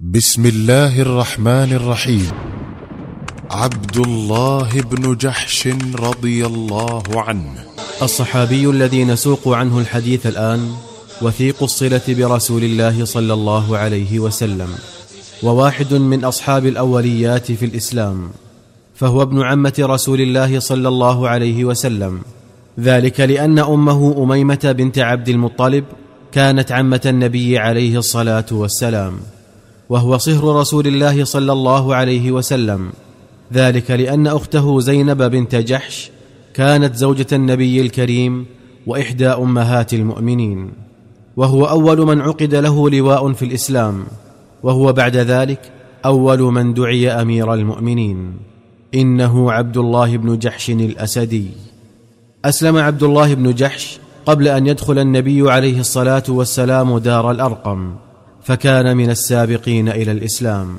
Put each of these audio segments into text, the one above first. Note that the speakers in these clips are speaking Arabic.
بسم الله الرحمن الرحيم. عبد الله بن جحش رضي الله عنه، الصحابي الذي نسوق عنه الحديث الآن وثيق الصلة برسول الله صلى الله عليه وسلم، وواحد من أصحاب الأوليات في الإسلام، فهو ابن عمة رسول الله صلى الله عليه وسلم، ذلك لأن أمه أميمة بنت عبد المطلب كانت عمة النبي عليه الصلاة والسلام، وهو صهر رسول الله صلى الله عليه وسلم، ذلك لأن أخته زينب بنت جحش كانت زوجة النبي الكريم وإحدى أمهات المؤمنين، وهو أول من عقد له لواء في الإسلام، وهو بعد ذلك أول من دعي أمير المؤمنين. إنه عبد الله بن جحش الأسدي. أسلم عبد الله بن جحش قبل أن يدخل النبي عليه الصلاة والسلام دار الأرقم، فكان من السابقين إلى الإسلام.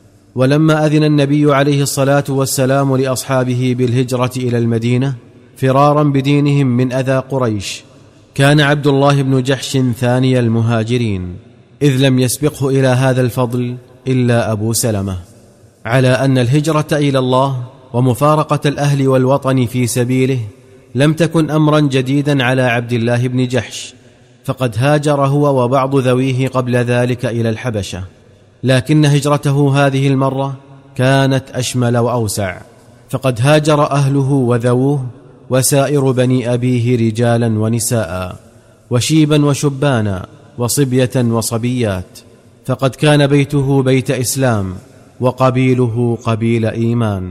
ولما أذن النبي عليه الصلاة والسلام لأصحابه بالهجرة إلى المدينة فرارا بدينهم من أذى قريش، كان عبد الله بن جحش ثاني المهاجرين، إذ لم يسبقه إلى هذا الفضل إلا أبو سلمة، على أن الهجرة إلى الله ومفارقة الأهل والوطن في سبيله لم تكن أمرا جديدا على عبد الله بن جحش، فقد هاجر هو وبعض ذويه قبل ذلك إلى الحبشة، لكن هجرته هذه المرة كانت أشمل وأوسع، فقد هاجر أهله وذووه وسائر بني أبيه رجالا ونساء وشيبا وشبانا وصبية وصبيات، فقد كان بيته بيت إسلام وقبيله قبيل إيمان.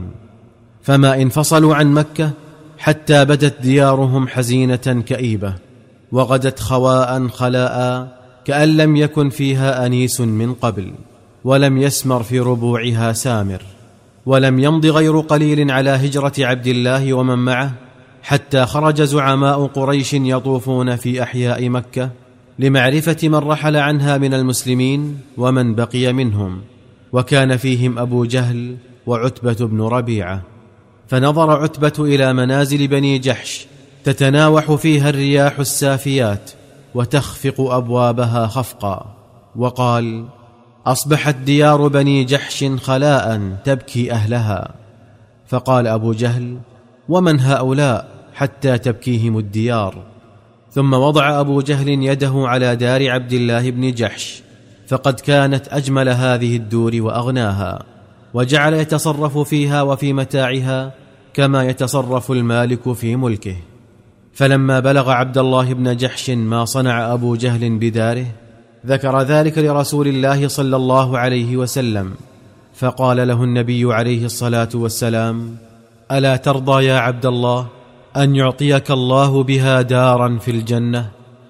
فما انفصلوا عن مكة حتى بدت ديارهم حزينة كئيبة، وغدت خواء خلاء كأن لم يكن فيها أنيس من قبل، ولم يسمر في ربوعها سامر. ولم يمض غير قليل على هجرة عبد الله ومن معه حتى خرج زعماء قريش يطوفون في أحياء مكة لمعرفة من رحل عنها من المسلمين ومن بقي منهم، وكان فيهم أبو جهل وعتبة بن ربيعة. فنظر عتبة إلى منازل بني جحش تتناوح فيها الرياح السافيات وتخفق أبوابها خفقا، وقال: أصبحت ديار بني جحش خلاء تبكي أهلها. فقال أبو جهل: ومن هؤلاء حتى تبكيهم الديار؟ ثم وضع أبو جهل يده على دار عبد الله بن جحش، فقد كانت أجمل هذه الدور وأغناها، وجعل يتصرف فيها وفي متاعها كما يتصرف المالك في ملكه. فلما بلغ عبد الله بن جحش ما صنع أبو جهل بداره ذكر ذلك لرسول الله صلى الله عليه وسلم، فقال له النبي عليه الصلاة والسلام: ألا ترضى يا عبد الله أن يعطيك الله بها دارا في الجنة؟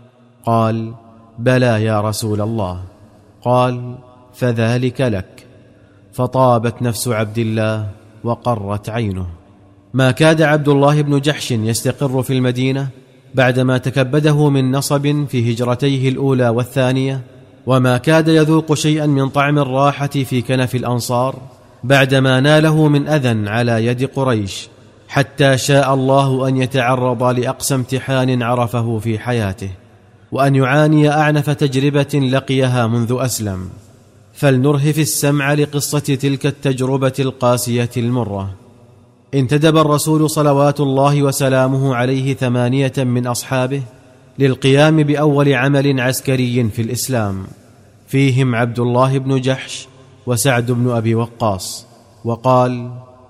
قال: بلى يا رسول الله. قال: فذلك لك. فطابت نفس عبد الله وقرت عينه. ما كاد عبد الله بن جحش يستقر في المدينة بعدما تكبده من نصب في هجرتيه الأولى والثانية، وما كاد يذوق شيئا من طعم الراحة في كنف الأنصار بعدما ناله من أذى على يد قريش، حتى شاء الله أن يتعرض لأقصى امتحان عرفه في حياته، وأن يعاني أعنف تجربة لقيها منذ أسلم. فلنرهف السمع لقصة تلك التجربة القاسية المرة. انتدب الرسول صلوات الله وسلامه عليه 8 من أصحابه للقيام بأول عمل عسكري في الإسلام، فيهم عبد الله بن جحش وسعد بن أبي وقاص، وقال: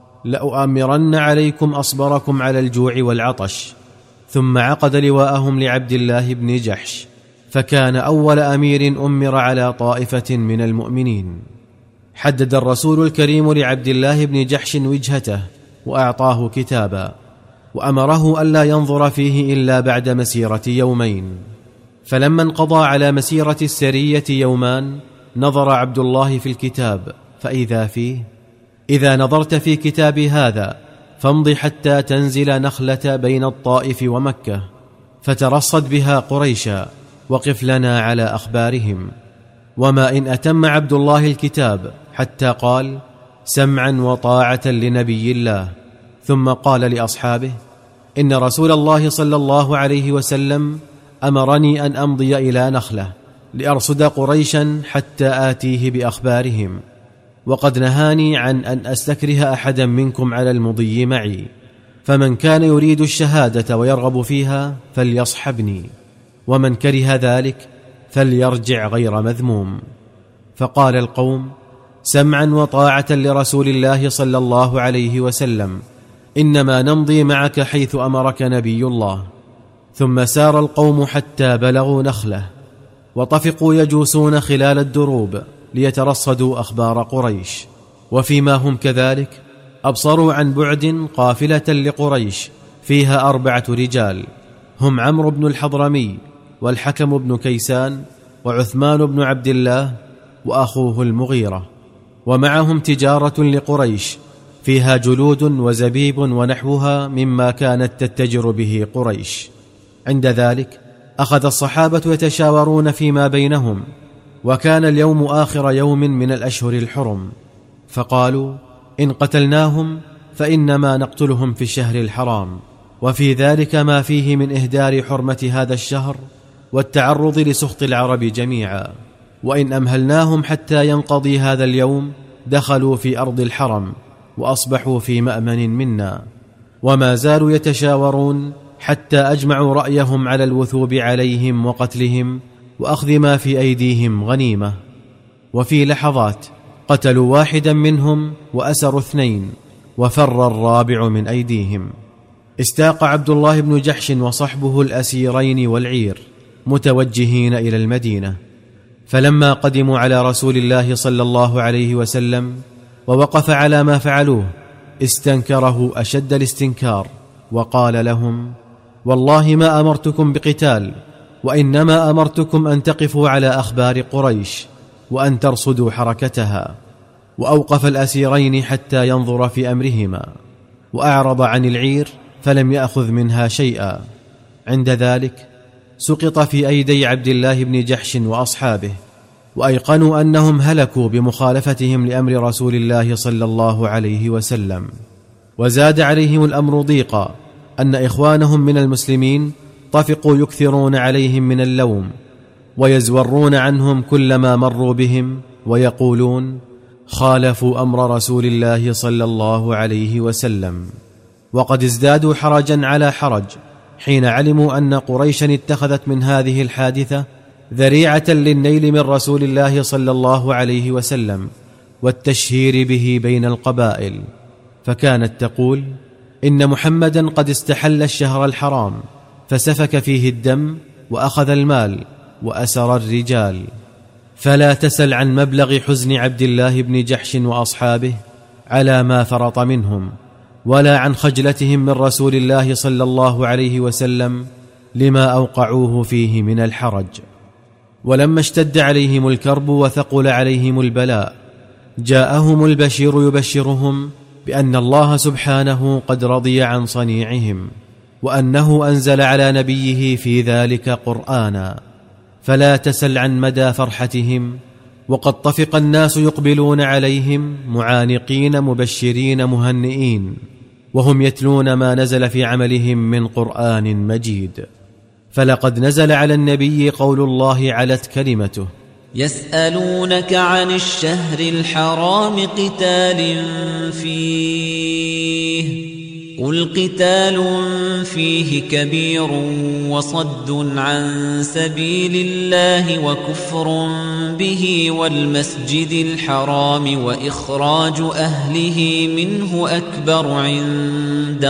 لأؤمرن عليكم أصبركم على الجوع والعطش. ثم عقد لواءهم لعبد الله بن جحش، فكان أول أمير أمر على طائفة من المؤمنين. حدد الرسول الكريم لعبد الله بن جحش وجهته وأعطاه كتابا، وأمره ألا ينظر فيه إلا بعد مسيرة يومين. فلما انقضى على مسيرة السرية يومان نظر عبد الله في الكتاب فإذا فيه: إذا نظرت في كتابي هذا فامض حتى تنزل نخلة بين الطائف ومكة، فترصد بها قريشا، وقف لنا على أخبارهم. وما إن أتم عبد الله الكتاب حتى قال: سمعا وطاعة لنبي الله. ثم قال لأصحابه: إن رسول الله صلى الله عليه وسلم أمرني أن أمضي إلى نخلة، لأرصد قريشا حتى آتيه بأخبارهم، وقد نهاني عن أن أستكره أحدا منكم على المضي معي، فمن كان يريد الشهادة ويرغب فيها فليصحبني، ومن كره ذلك فليرجع غير مذموم. فقال القوم: سمعا وطاعة لرسول الله صلى الله عليه وسلم، إنما نمضي معك حيث أمرك نبي الله. ثم سار القوم حتى بلغوا نخلة، وطفقوا يجوسون خلال الدروب ليترصدوا أخبار قريش. وفيما هم كذلك أبصروا عن بعد قافلة لقريش فيها 4 رجال، هم عمرو بن الحضرمي والحكم بن كيسان وعثمان بن عبد الله وأخوه المغيرة، ومعهم تجارة لقريش فيها جلود وزبيب ونحوها مما كانت تتجر به قريش. عند ذلك أخذ الصحابة يتشاورون فيما بينهم، وكان اليوم آخر يوم من الأشهر الحرم، فقالوا: إن قتلناهم فإنما نقتلهم في الشهر الحرام، وفي ذلك ما فيه من إهدار حرمة هذا الشهر والتعرض لسخط العرب جميعا، وإن أمهلناهم حتى ينقضي هذا اليوم دخلوا في أرض الحرم وأصبحوا في مأمن منا. وما زالوا يتشاورون حتى أجمعوا رأيهم على الوثوب عليهم وقتلهم وأخذ ما في أيديهم غنيمة. وفي لحظات قتلوا واحدا منهم وأسروا 2، وفر الرابع من أيديهم. استاق عبد الله بن جحش وصحبه الأسيرين والعير متوجهين إلى المدينة، فلما قدموا على رسول الله صلى الله عليه وسلم ووقف على ما فعلوه استنكره أشد الاستنكار، وقال لهم: والله ما أمرتكم بقتال، وإنما أمرتكم أن تقفوا على أخبار قريش وأن ترصدوا حركتها. وأوقف الأسيرين حتى ينظر في أمرهما، وأعرض عن العير فلم يأخذ منها شيئا. عند ذلك سقط في أيدي عبد الله بن جحش وأصحابه، وأيقنوا أنهم هلكوا بمخالفتهم لأمر رسول الله صلى الله عليه وسلم. وزاد عليهم الأمر ضيقا أن إخوانهم من المسلمين طفقوا يكثرون عليهم من اللوم، ويزورون عنهم كلما مروا بهم، ويقولون: خالفوا أمر رسول الله صلى الله عليه وسلم. وقد ازدادوا حرجا على حرج حين علموا أن قريشا اتخذت من هذه الحادثة ذريعة للنيل من رسول الله صلى الله عليه وسلم والتشهير به بين القبائل، فكانت تقول: إن محمدا قد استحل الشهر الحرام فسفك فيه الدم وأخذ المال وأسر الرجال. فلا تسل عن مبلغ حزن عبد الله بن جحش وأصحابه على ما فرط منهم، ولا عن خجلتهم من رسول الله صلى الله عليه وسلم لما أوقعوه فيه من الحرج. ولما اشتد عليهم الكرب وثقل عليهم البلاء جاءهم البشير يبشرهم بأن الله سبحانه قد رضي عن صنيعهم، وأنه أنزل على نبيه في ذلك قرآنا. فلا تسل عن مدى فرحتهم، وقد طفق الناس يقبلون عليهم معانقين مبشرين مهنئين، وهم يتلون ما نزل في عملهم من قرآن مجيد. فلقد نزل على النبي قول الله علت كلمته: يسألونك عن الشهر الحرام قتال فيه قل قتال فيه كبير وصد عن سبيل الله وكفر به والمسجد الحرام وإخراج أهله منه أكبر عند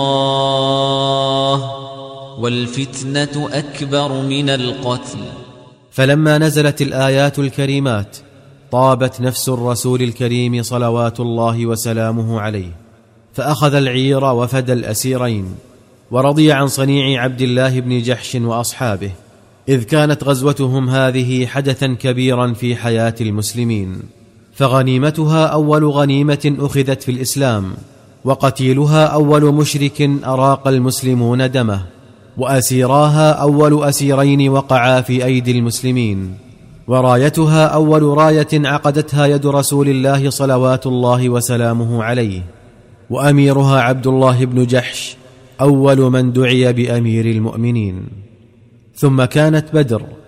الله والفتنة أكبر من القتل. فلما نزلت الآيات الكريمات طابت نفس الرسول الكريم صلوات الله وسلامه عليه، فأخذ العير وفدى الأسيرين، ورضي عن صنيع عبد الله بن جحش وأصحابه، إذ كانت غزوتهم هذه حدثا كبيرا في حياة المسلمين، فغنيمتها أول غنيمة أخذت في الإسلام، وقتيلها أول مشرك أراق المسلمون دمه، وأسيراها أول أسيرين وقعا في أيدي المسلمين، ورايتها أول راية عقدتها يد رسول الله صلوات الله وسلامه عليه، وأميرها عبد الله بن جحش أول من دعي بأمير المؤمنين. ثم كانت بدر،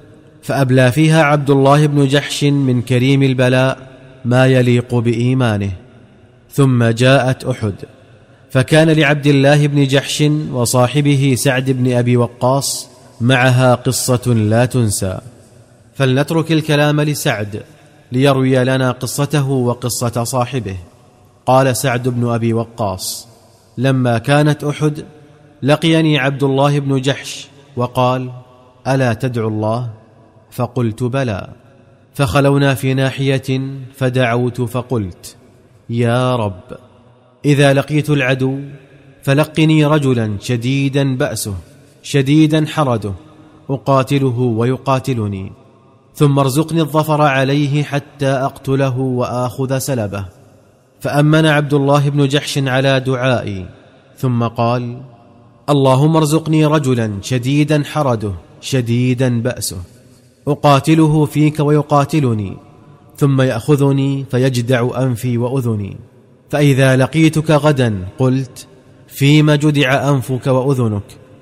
فأبلى فيها عبد الله بن جحش من كريم البلاء ما يليق بإيمانه. ثم جاءت أحد، فكان لعبد الله بن جحش وصاحبه سعد بن أبي وقاص معها قصة لا تنسى. فلنترك الكلام لسعد ليروي لنا قصته وقصة صاحبه. قال سعد بن أبي وقاص: لما كانت أحد لقيني عبد الله بن جحش وقال: ألا تدعو الله؟ فقلت: بلى. فخلونا في ناحية فدعوت فقلت: يا رب، إذا لقيت العدو فلقني رجلا شديدا بأسه شديدا حرده أقاتله ويقاتلني، ثم ارزقني الظفر عليه حتى أقتله وآخذ سلبه. فأمن عبد الله بن جحش على دعائي، ثم قال: اللهم ارزقني رجلا شديدا حرده شديدا بأسه أقاتله فيك ويقاتلني، ثم يأخذني فيجدع أنفي وأذني، فإذا لقيتك غدا قلت: فيما جدع أنفك وأذنك؟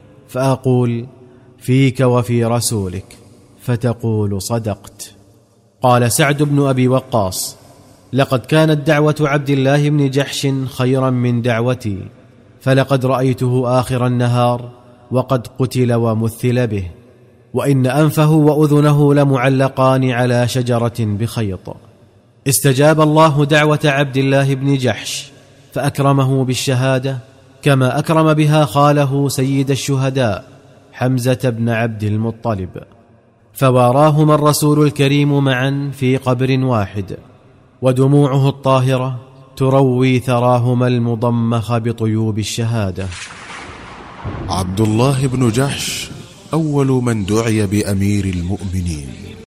فأقول: فيك وفي رسولك، فتقول: صدقت. قال سعد بن أبي وقاص: لقد كانت دعوة عبد الله بن جحش خيرا من دعوتي، فلقد رأيته آخر النهار وقد قتل ومثل به، وإن أنفه وأذنه لمعلقان على شجرة بخيط. استجاب الله دعوة عبد الله بن جحش فأكرمه بالشهادة، كما أكرم بها خاله سيد الشهداء حمزة بن عبد المطلب، فواراهما الرسول الكريم معا في قبر واحد، ودموعه الطاهرة تروي ثراهما المضمخ بطيوب الشهادة. عبد الله بن جحش أول من دعي بأمير المؤمنين.